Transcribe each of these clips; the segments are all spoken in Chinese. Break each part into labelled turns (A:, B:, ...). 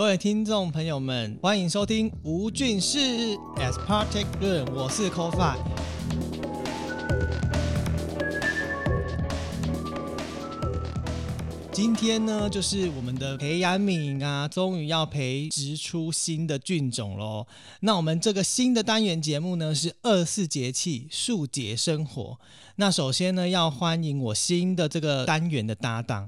A: 各位听众朋友们，欢迎收听吴俊士 As Party Room， 我是 Kofi。今天呢，就是我们的培养皿啊，终于要培植出新的菌种咯。那我们这个新的单元节目呢，是24节气数节生活。那首先呢，要欢迎我新的这个单元的搭档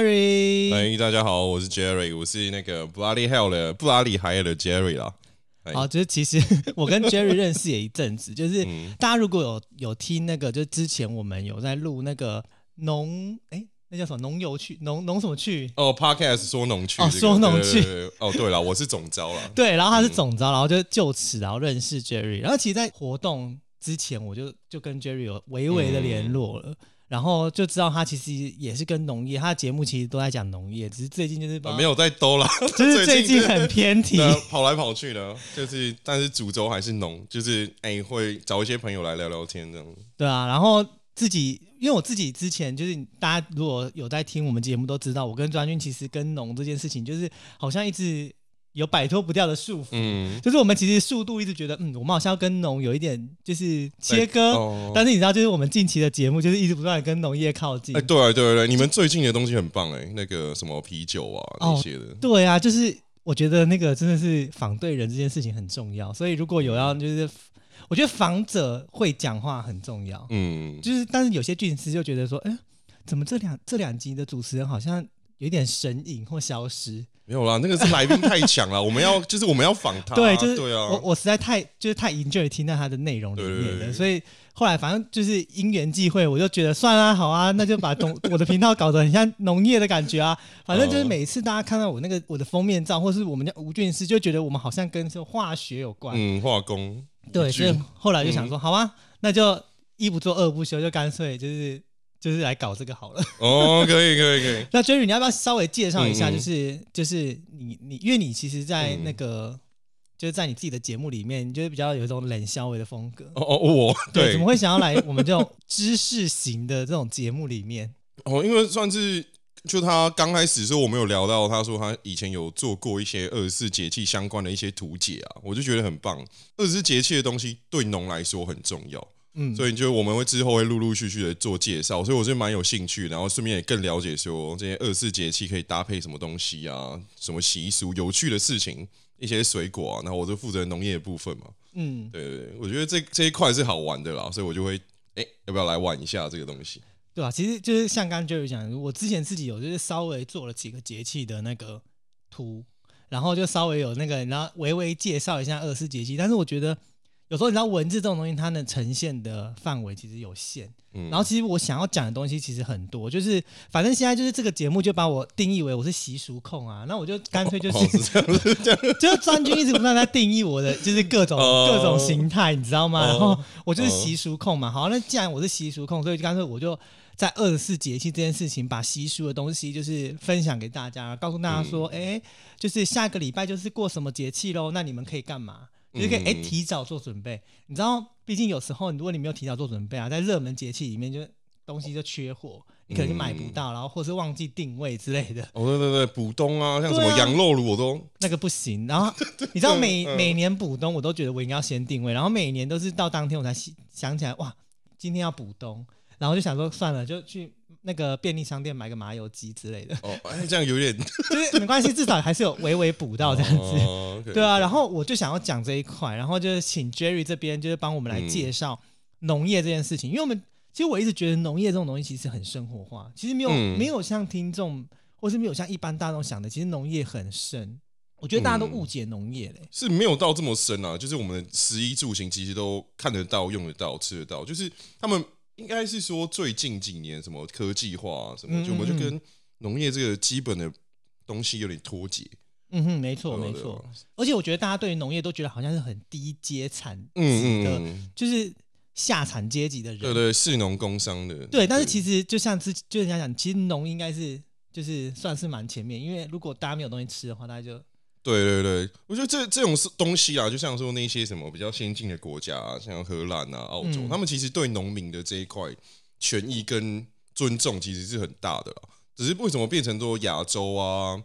A: Jerry。
B: 大家好，我是 Jerry， 我是那个布拉利海尔的 Jerry 啦。
A: 好，就是其实我跟 Jerry 认识也一阵子，就是大家如果有听那个，就之前我们有在录那个那叫什么农游去农什么去
B: Podcast 说农去
A: 说农去
B: 对了，我是总召啦。
A: 对，然后他是总召，然后就此然后认识 Jerry， 然后其实在活动之前我就跟 Jerry 有微微的联络了。然后就知道他其实也是跟农业，他的节目其实都在讲农业，只是最近就是
B: 没有在兜啦，
A: 就是最近很偏题，
B: 跑来跑去的，就是但是主轴还是农，就是会找一些朋友来聊聊天这样。
A: 对啊，然后因为我自己之前就是大家如果有在听我们节目都知道，我跟专军其实跟农这件事情就是好像一直有摆脱不掉的束缚，就是我们其实速度一直觉得，我们好像要跟农有一点就是切割，但是你知道，就是我们近期的节目就是一直不断的跟农业靠近。
B: 对，你们最近的东西很棒那个什么啤酒啊那些的。
A: 对啊，就是我觉得那个真的是访对人这件事情很重要，所以如果有要就是我觉得访者会讲话很重要，就是但是有些菌丝就觉得说，怎么这两集的主持人好像有点神隐或消失。
B: 没有啦，那个是来宾太强了，我们要访他。
A: 对，就是
B: 对啊，
A: 我实在太 enjoy 听到他的内容里面了，所以后来反正就是因缘际会，我就觉得算啦，好啊，那就把我的频道搞得很像农业的感觉啊。反正就是每一次大家看到我的封面照，或是我们家吴俊师，就觉得我们好像跟化学有关，
B: 化工。
A: 对，所以后来就想说，好啊，那就一不做二不休，就干脆就是来搞这个好了。
B: 可以。
A: 那 Jerry， 你要不要稍微介绍一下？就是你，因为你其实，在那个就是在你自己的节目里面，你就是比较有一种冷笑话的风格。对，怎么会想要来我们这种知识型的这种节目里面？
B: 因为算是就他刚开始的时候，我们有聊到，他说他以前有做过一些24节气相关的一些图解啊，我就觉得很棒。24节气的东西对农来说很重要。所以就我们之后会陆陆续续的做介绍，所以我是蛮有兴趣，然后顺便也更了解说这些24节气可以搭配什么东西啊，什么习俗、有趣的事情，一些水果啊，然后我就负责农业的部分嘛。对，我觉得这一块是好玩的啦，所以我就会要不要来玩一下这个东西？
A: 对啊，其实就是像刚刚 Jerry 讲，我之前自己有就是稍微做了几个节气的那个图，然后就稍微有那个然后微微介绍一下24节气，但是我觉得。有时候你知道文字这种东西，它能呈现的范围其实有限。然后其实我想要讲的东西其实很多，就是反正现在就是这个节目就把我定义为我是习俗控啊，那我就干脆就是这样，就是专军一直不断在定义我的就是各种形态，你知道吗？然后我就是习俗控嘛。好，那既然我是习俗控，所以干脆我就在24节气这件事情，把习俗的东西就是分享给大家，告诉大家说，就是下个礼拜就是过什么节气咯，那你们可以干嘛？就是可以提早做准备，你知道，毕竟有时候如果你没有提早做准备啊，在热门节气里面就东西就缺货，你可能就买不到，然后或是忘记定位之类的。
B: 对，补冬啊，像什么羊肉炉我都
A: 那个不行。然后你知道每年补冬我都觉得我应该要先定位，然后每年都是到当天我才想起来，哇，今天要补冬，然后就想说算了，就去那个便利商店买个麻油鸡之类的。
B: 这样有点
A: 就是没关系，至少还是有微补到这样子。对啊，然后我就想要讲这一块，然后就是请 Jerry 这边就是帮我们来介绍农业这件事情，因为其实我一直觉得农业这种东西其实很生活化，其实没有像听众或是没有像一般大众想的，其实农业很深。我觉得大家都误解农业嘞，
B: 是没有到这么深啊。就是我们的食衣住行其实都看得到、用得到、吃得到，就是他们。应该是说最近几年什么科技化什么，我们就跟农业这个基本的东西有点脱节。
A: 没错。而且我觉得大家对于农业都觉得好像是很低阶产值的，就是下产阶级的人。
B: 对，士农工商的。
A: 对，但是其实就像人家讲，其实农应该是就是算是蛮前面，因为如果大家没有东西吃的话，大家就。
B: 对，我觉得这种东西啊，就像说那些什么比较先进的国家啊，像荷兰啊、澳洲，他们其实对农民的这一块权益跟尊重其实是很大的啦。只是为什么变成说亚洲啊、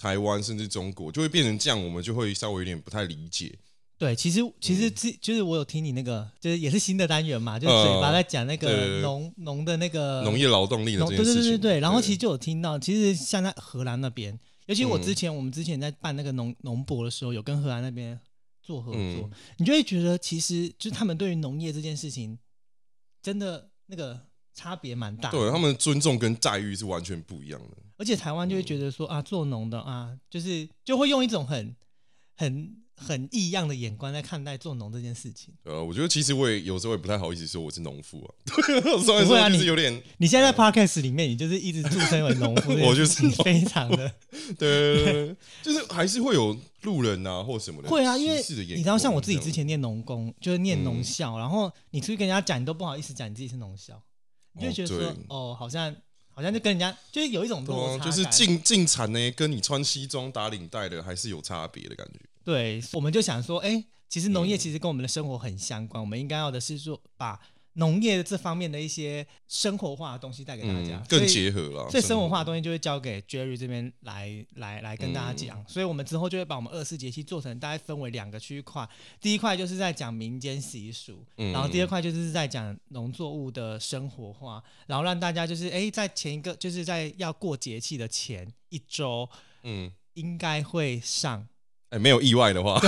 B: 台湾甚至中国，就会变成这样，我们就会稍微有点不太理解。
A: 对，其实就是我有听你那个，就是也是新的单元嘛，就是嘴巴在讲那个农的那个
B: 农业劳动力的这件事情。
A: 对，然后其实就有听到，其实像在荷兰那边，尤其我们之前在办那个农博的时候，有跟荷兰那边做合作，你就会觉得其实就是他们对于农业这件事情真的那个差别蛮大的，
B: 对，他们的尊重跟待遇是完全不一样的。
A: 而且台湾就会觉得说啊，做农的啊，就会用一种很异样的眼光在看待做农这件事情。
B: 我觉得其实我也有时候也不太好意思说我是农夫啊，虽然说就是有点。
A: 你现在在 podcast 里面，你就是一直自称为农夫，
B: 我就是
A: 非常的
B: 对，就是还是会有路人啊或什么的，
A: 会啊，因为你知道，像我自己之前念农工，就是念农校，然后你出去跟人家讲，你都不好意思讲你自己是农校，你就会觉得说好像就跟人家就是有一种落差感，
B: 就是进产呢，跟你穿西装打领带的还是有差别的感觉。
A: 对，我们就想说，其实农业其实跟我们的生活很相关，我们应该要的是说把农业这方面的一些生活化的东西带给大家，
B: 更结合了。
A: 所以生活化的东西就会交给 Jerry 这边来跟大家讲。所以我们之后就会把我们24节气做成大概分为2个区块，第一块就是在讲民间习俗，然后第二块就是在讲农作物的生活化，然后让大家就是在前一个就是在要过节气的前1周，应该会上。
B: 没有意外的话，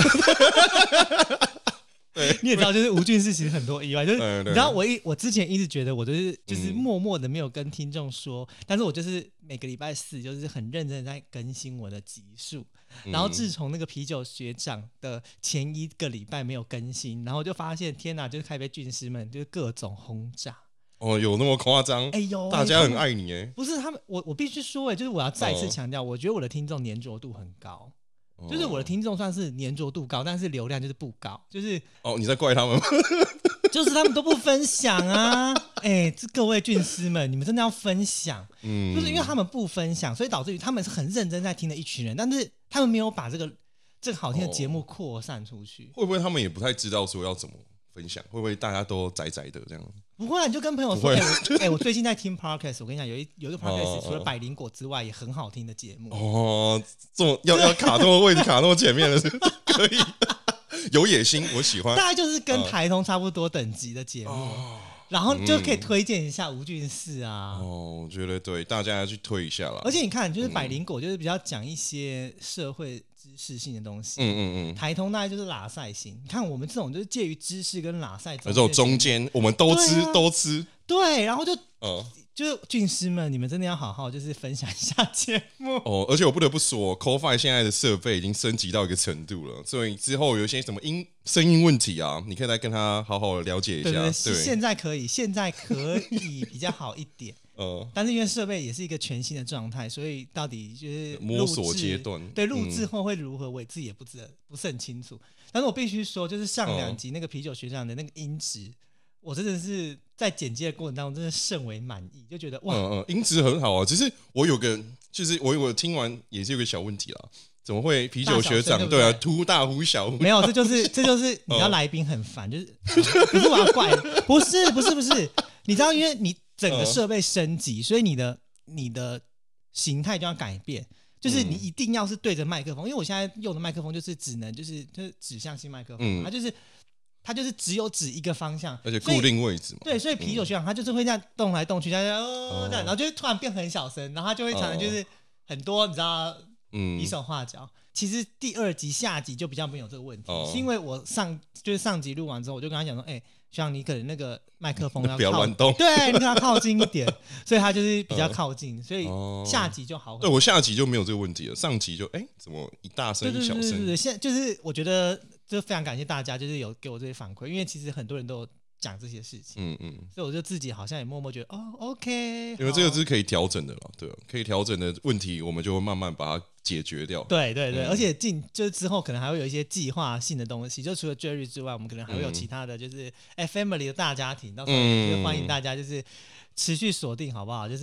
B: 对，
A: 你也知道，就是吴俊士其实很多意外，就是你知道我之前一直觉得我就是默默的没有跟听众说，但是我就是每个礼拜4就是很认真的在更新我的集数，然后自从那个啤酒学长的前1个礼拜没有更新，然后就发现天哪，就是开杯军师们就是各种轰炸。
B: 有那么夸张？大家很爱你
A: 不是他们，我必须说就是我要再次强调，我觉得我的听众粘着度很高。就是我的听众算是粘着度高，但是流量就是不高，就是
B: 你在怪他们吗？
A: 就是他们都不分享啊！各位军师们，你们真的要分享，就是因为他们不分享，所以导致于他们是很认真在听的一群人，但是他们没有把这个好听的节目扩散出去。
B: 会不会他们也不太知道说要怎么分享？会不会大家都宅宅的这样？
A: 不会啊，你就跟朋友说，我最近在听 podcast， 我跟你讲，有一个 podcast 除了百灵果之外也很好听的节目。
B: 这么要卡这么位置卡那么前面的是可以，有野心，我喜欢。
A: 大概就是跟台通差不多等级的节目，然后就可以推荐一下吴俊士啊。
B: 我觉得对，大家要去推一下啦。
A: 而且你看，就是百灵果就是比较讲一些社会知识性的东西，台通大概就是拉赛型。你看我们这种就是介于知识跟拉赛这
B: 种中间，我们都吃，
A: 对，然后就是军师们，你们真的要好好就是分享一下节目
B: 而且我不得不说 ，Co-Fi 现在的设备已经升级到一个程度了，所以之后有一些什么声音问题啊，你可以再跟他好好的了解一下。对，
A: 现在可以比较好一点。但是因为设备也是一个全新的状态，所以到底就是
B: 摸索阶段，
A: 对录制后会如何，我自己也不是很清楚。但是我必须说，就是上2集那个啤酒学长的那个音质，我真的是在剪接的过程当中真的甚为满意，就觉得哇，
B: 音质很好啊。只是我有听完也是有个小问题啦，怎么会啤酒学长对啊忽大忽小？
A: 没有，这就是你知道来宾很烦，就是不是我要怪，不是，你知道，因为你整个设备升级，所以你的形态就要改变。就是你一定要是对着麦克风，因为我现在用的麦克风就是只能就是指向性麦克风，它就是只有指一个方向，
B: 而且固定位置嘛。
A: 对，所以啤酒学长他就是会这样动来动去，这样，然后就会突然变很小声，然后他就会常常就是很多你知道比手画脚。其实第2集下集就比较没有这个问题，是因为我上集录完之后，我就跟他讲说，学长你可能那个麦克风
B: 不要乱动，
A: 对，你跟他靠近一点，所以他就是比较靠近，所以下集就好很多。
B: 对，我下集就没有这个问题了，上集就怎么一大声一小声？
A: 对，现在就是我觉得就非常感谢大家，就是有给我这些反馈，因为其实很多人都有讲这些事情，所以我就自己好像也默默觉得OK，
B: 因为这个是可以调整的了，对，可以调整的问题，我们就会慢慢把它解决掉。
A: 对，而且就是之后可能还会有一些计划性的东西，就除了 Jerry 之外，我们可能还会有其他的，就是Family 的大家庭，到时候也欢迎大家就是持续锁定，好不好？就是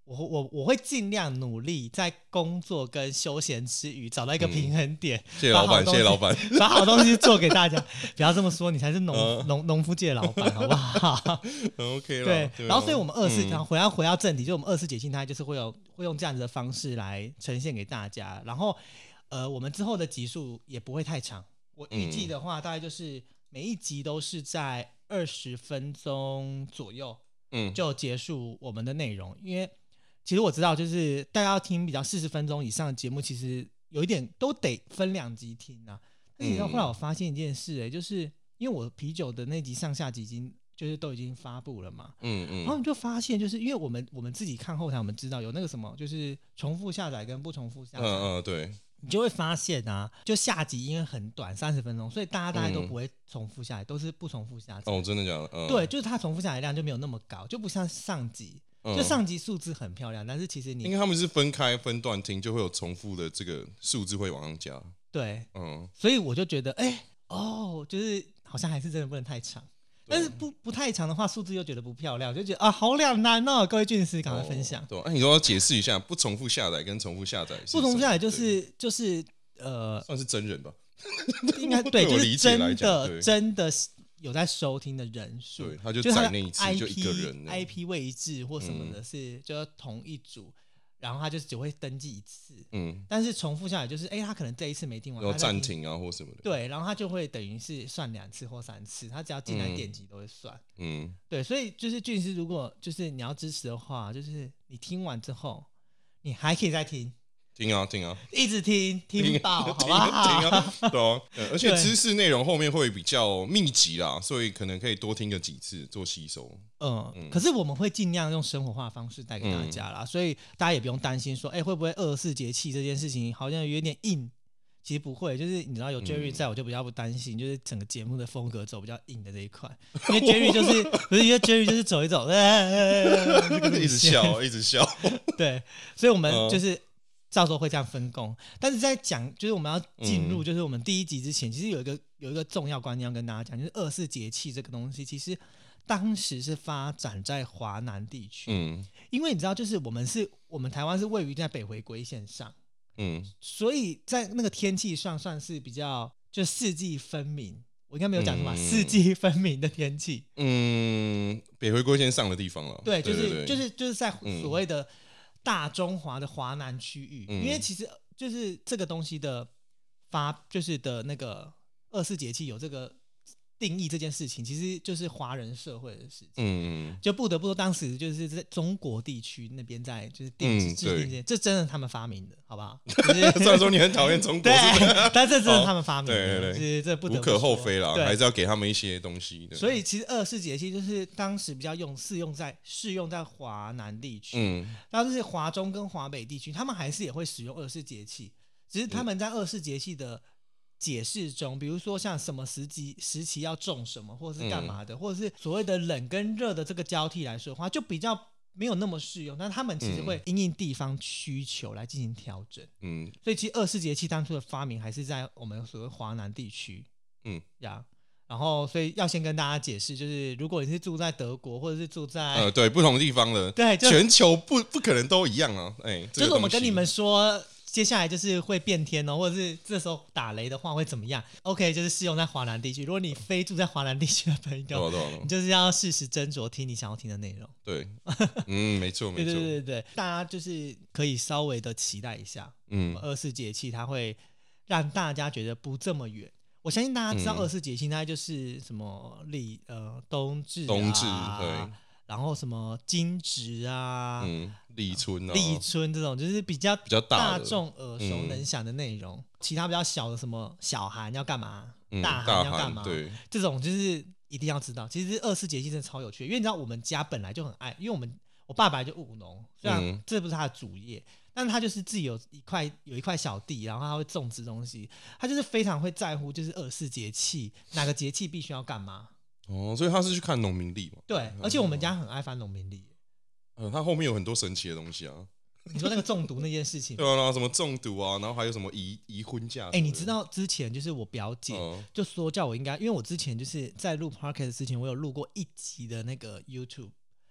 A: 我会尽量努力在工作跟休闲之余找到一个平衡点。
B: 谢谢老板，谢谢老板，
A: 把好东西做给大家。不要这么说，你才是农夫界的老板，好不好
B: ？OK 了。
A: 对，然后所以我们24回到正题，就我们24节气，它就是会用这样子的方式来呈现给大家。然后我们之后的集数也不会太长，我预计的话，大概就是每一集都是在20分钟左右，就结束我们的内容，因为。其实我知道，就是大家要听比较40分钟以上的节目，其实有一点都得分2集听啊。但你知道，后来我发现一件事、就是因为我啤酒的那集上下集就是都已经发布了嘛，然后你就发现，就是因为我们自己看后台，我们知道有那个什么，就是重复下载跟不重复下载，
B: 对，
A: 你就会发现啊，就下集因为很短30分钟，所以大家大概都不会重复下来，都是不重复下载。
B: 哦，真的假的？
A: 对，就是它重复下来量就没有那么高，就不像上集。就上集数字很漂亮，但是其实
B: 因为他们是分段听，就会有重复的这个数字会往上加。
A: 对，所以我就觉得，就是好像还是真的不能太长，但是不太长的话，数字又觉得不漂亮，就觉得好两难哦。各位俊师赶快分享。
B: 对，你说要解释一下，不重复下载跟重复下载是什么？
A: 不重复下载就是
B: 算是真人吧，
A: 应该对，就是真的。有在收听的人数，
B: 对，他就载那一次就一个人
A: IP 位置或什么的是就是同一组，然后他就只会登记一次，但是重复下来就是他可能这一次没听完，
B: 要暂停啊或什么的，
A: 对，然后他就会等于是算2次或3次，他只要进来点击都会算，对，所以就是俊师，如果就是你要支持的话，就是你听完之后，你还可以再听。
B: 听啊，
A: 一直听爆，好不好？
B: 听啊，对啊，而且知识内容后面会比较密集啦，所以可能可以多听个几次做吸收。
A: 可是我们会尽量用生活化的方式带给大家啦，所以大家也不用担心说，会不会24节气这件事情好像有点硬？其实不会，就是你知道有 Jerry 在，我就比较不担心，就是整个节目的风格走比较硬的这一块，因为 Jerry 就是走一走，
B: 一直笑，
A: 对，所以我们就是。到时候会这样分工，但是在讲就是我们要进入就是我们第1集之前，其实有一个重要观念要跟大家讲，就是24节气这个东西，其实当时是发展在华南地区，因为你知道，就是我们台湾是位于在北回归线上，所以在那个天气上算是比较就四季分明，我应该没有讲什么四季分明的天气，
B: 北回归线上的地方了，
A: 对，就是在所谓的。大中华的华南区域，因为其实就是这个东西的就是的那个24节气有这个定义这件事情，其实就是华人社会的事情。就不得不说，当时就是在中国地区那边在就是制定这些，这真的他们发明的，好不好？
B: 虽然说你很讨厌中国，
A: 对，但这真的他们发明的，
B: 对，
A: 这不得不
B: 无可厚非啦，还是要给他们一些东西。
A: 所以其实24节气就是当时比较适用在华南地区，但是华中跟华北地区，他们还是也会使用24节气，只是他们在24节气的解释中，比如说像什么时期要种什么，或者是干嘛的，或者是所谓的冷跟热的这个交替来说的话，就比较没有那么适用。但他们其实会因应地方需求来进行调整。所以其实24节气当初的发明还是在我们所谓华南地区。然后所以要先跟大家解释，就是如果你是住在德国，或者是住在
B: 对不同地方的，
A: 对，
B: 全球不可能都一样啊。
A: 就是我们跟你们说。接下来就是会变天哦，或者是这时候打雷的话会怎么样 ？OK， 就是适用在华南地区。如果你非住在华南地区的朋友，你就是要适时斟酌听你想要听的内容。
B: 对，没错，
A: 对，大家就是可以稍微的期待一下，24节气它会让大家觉得不这么远。我相信大家知道24节气，大概就是什么冬至，
B: 对。
A: 然后什么惊蛰啊，
B: 立春
A: 这种就是比较大众耳熟能详的内容。其他比较小的什么小寒要干嘛，大寒要干嘛，对，这种就是一定要知道。其实24节气真的超有趣的，因为你知道我们家本来就很爱，因为我爸本来就务农，虽然这不是他的主业，但是他就是自己有一块小地，然后他会种植东西，他就是非常会在乎就是24节气哪个节气必须要干嘛。
B: 所以他是去看农民历嘛？
A: 对，而且我们家很爱翻农民历。
B: 他后面有很多神奇的东西啊。
A: 你说那个中毒那件事情，
B: 对啊，然后什么中毒啊，然后还有什么移婚嫁？
A: 你知道之前就是我表姐就说叫我应该，因为我之前就是在录 podcast 之前，我有录过1集的那个 YouTube，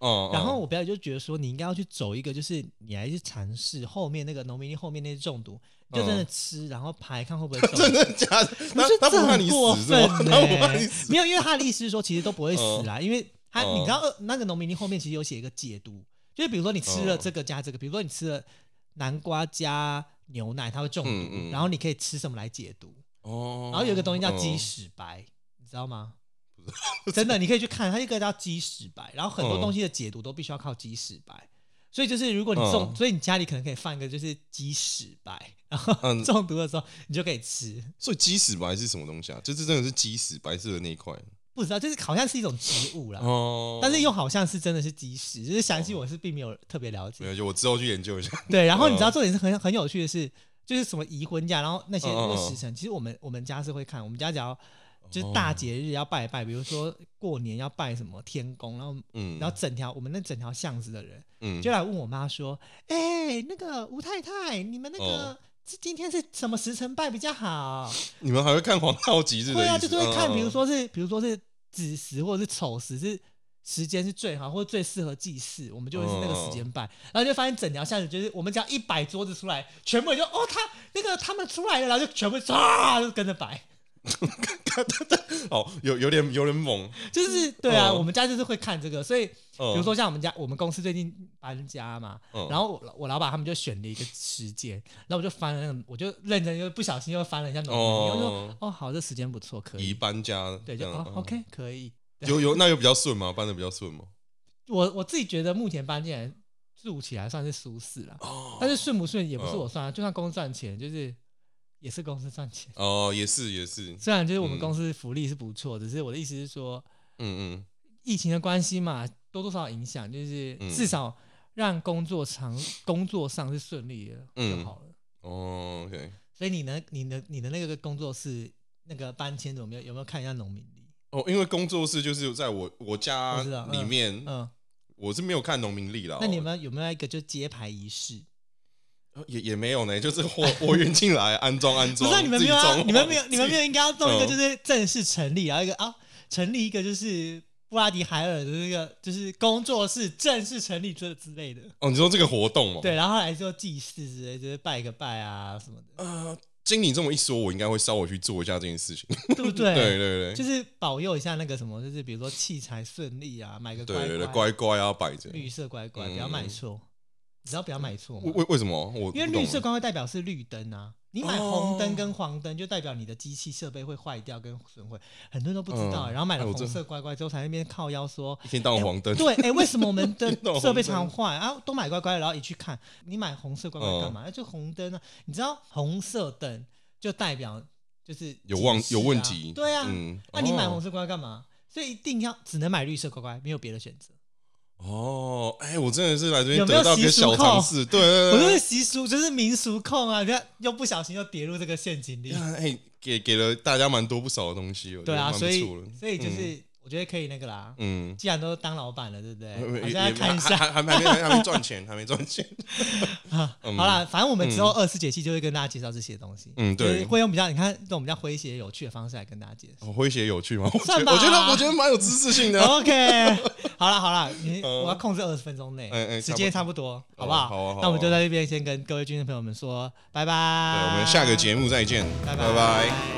A: 然后我表姐就觉得说，你应该要去走一个，就是你还是尝试后面那个农民历后面那些中毒，你就真的吃，然后排看会不会中毒。
B: 真的假的？他不怕你死是吗？他不怕你死？
A: 没有，因为他的意思是说，其实都不会死啦，因为你知道那个农民历后面其实有写一个解毒，就是比如说你吃了这个加这个，比如说你吃了南瓜加牛奶，它会中毒，然后你可以吃什么来解毒？然后有一个东西叫鸡屎白，你知道吗？真的，你可以去看，它一个叫鸡屎白，然后很多东西的解毒都必须要靠鸡屎白，所以就是如果你所以你家里可能可以放一个就是鸡屎白，然后中毒的时候你就可以吃。
B: 所以鸡屎白是什么东西啊？就是真的是鸡屎白色的那一块？
A: 不知道，就是好像是一种植物啦，但是又好像是真的是鸡屎，就是详细我是并没有特别了解。
B: 没有，就我之后去研究一下。
A: 对，然后你知道重点是很有趣的是，就是什么移婚假，然后那些时辰，其实我们家是会看，我们家只要。就是大节日要拜拜，比如说过年要拜什么天公，然后我们那整条巷子的人，就来问我妈说：“那个吴太太，你们那个今天是什么时辰拜比较好？”
B: 你们还会看黄道吉日的意思？
A: 对啊，就是会看，比如说是子时或者是丑时是时间是最好或者最适合祭祀，我们就会是那个时间拜，然后就发现整条巷子就是我们只要100桌子出来，全部人就他们出来了，然后就全部就跟着摆。
B: 有点猛，
A: 就是对啊，我们家就是会看这个，所以比如说像我们公司最近搬家嘛，然后我老板他们就选了一个时间，然后我就翻了那个，我就认真又不小心又翻了一下农民历，我说好，这时间不错，可以
B: 移搬家，
A: 对，就OK 可以，
B: 那有比较顺吗？搬的比较顺吗？
A: 我自己觉得目前搬进来住起来算是舒适啦，但是顺不顺也不是我算的，就算公司赚钱就是。也是公司赚钱
B: 也是。
A: 虽然就是我们公司福利是不错，只是我的意思是说，疫情的关系嘛，多多少少影响，就是至少让工作上是顺利的就好了。
B: OK。
A: 所以你的那个工作室那个搬迁有没有看一下农民历？
B: 因为工作室就是在我家里面，我是没有看农民历啦。
A: 那你们有没有一个就揭牌仪式？
B: 也没有呢，就是货运进来安装。不
A: 是你们没有应该要弄一个就是正式成立，然后一个成立一个就是布拉迪海尔的那个就是工作室正式成立之类的。
B: 你说这个活动吗？
A: 对，然后来做祭祀之类，就是拜个拜啊什么的。
B: 经你这么一说，我应该会稍微去做一下这件事情，
A: 对不对？
B: 对，
A: 就是保佑一下那个什么，就是比如说器材顺利啊，买个
B: 乖乖啊摆着，
A: 绿色乖乖，不要买错。你知道不要买错吗？
B: 为什么？
A: 因为绿色光会代表是绿灯啊，你买红灯跟黄灯就代表你的机器设备会坏掉跟损毁，很多人都不知道。然后买了红色乖乖之后，才那边靠腰说
B: 一天到晚黄灯。
A: 对，为什么我们的设备常坏啊？都买乖乖，然后一去看，你买红色乖乖干嘛？就红灯啊！你知道红色灯就代表就是
B: 有问题。
A: 对啊，那你买红色乖乖干嘛？所以一定只能买绿色乖乖，没有别的选择。
B: 我真的是来这边得到个小尝试，对，
A: 我就是习俗，就是民俗控啊！你看，又不小心又跌入这个陷阱里，
B: 给了大家蛮多不少的东西，
A: 对啊，所以就是我觉得可以那个啦，既然都当老板了，对不对？大家看一下，
B: 还没赚钱，还没赚钱。
A: 好啦，反正我们之后24节气就会跟大家介绍这些东西，
B: 对，
A: 会用比较你看这种比较�诙谐有趣的方式来跟大家介绍。
B: 诙谐有趣吗？
A: 算吧，
B: 我觉得蛮有知识性的。
A: OK， 好啦，我要控制20分钟内，时间差不多，好不好？
B: 好，
A: 那我们就在这边先跟各位军人朋友们说拜拜。
B: 对，我们下个节目再见，拜拜。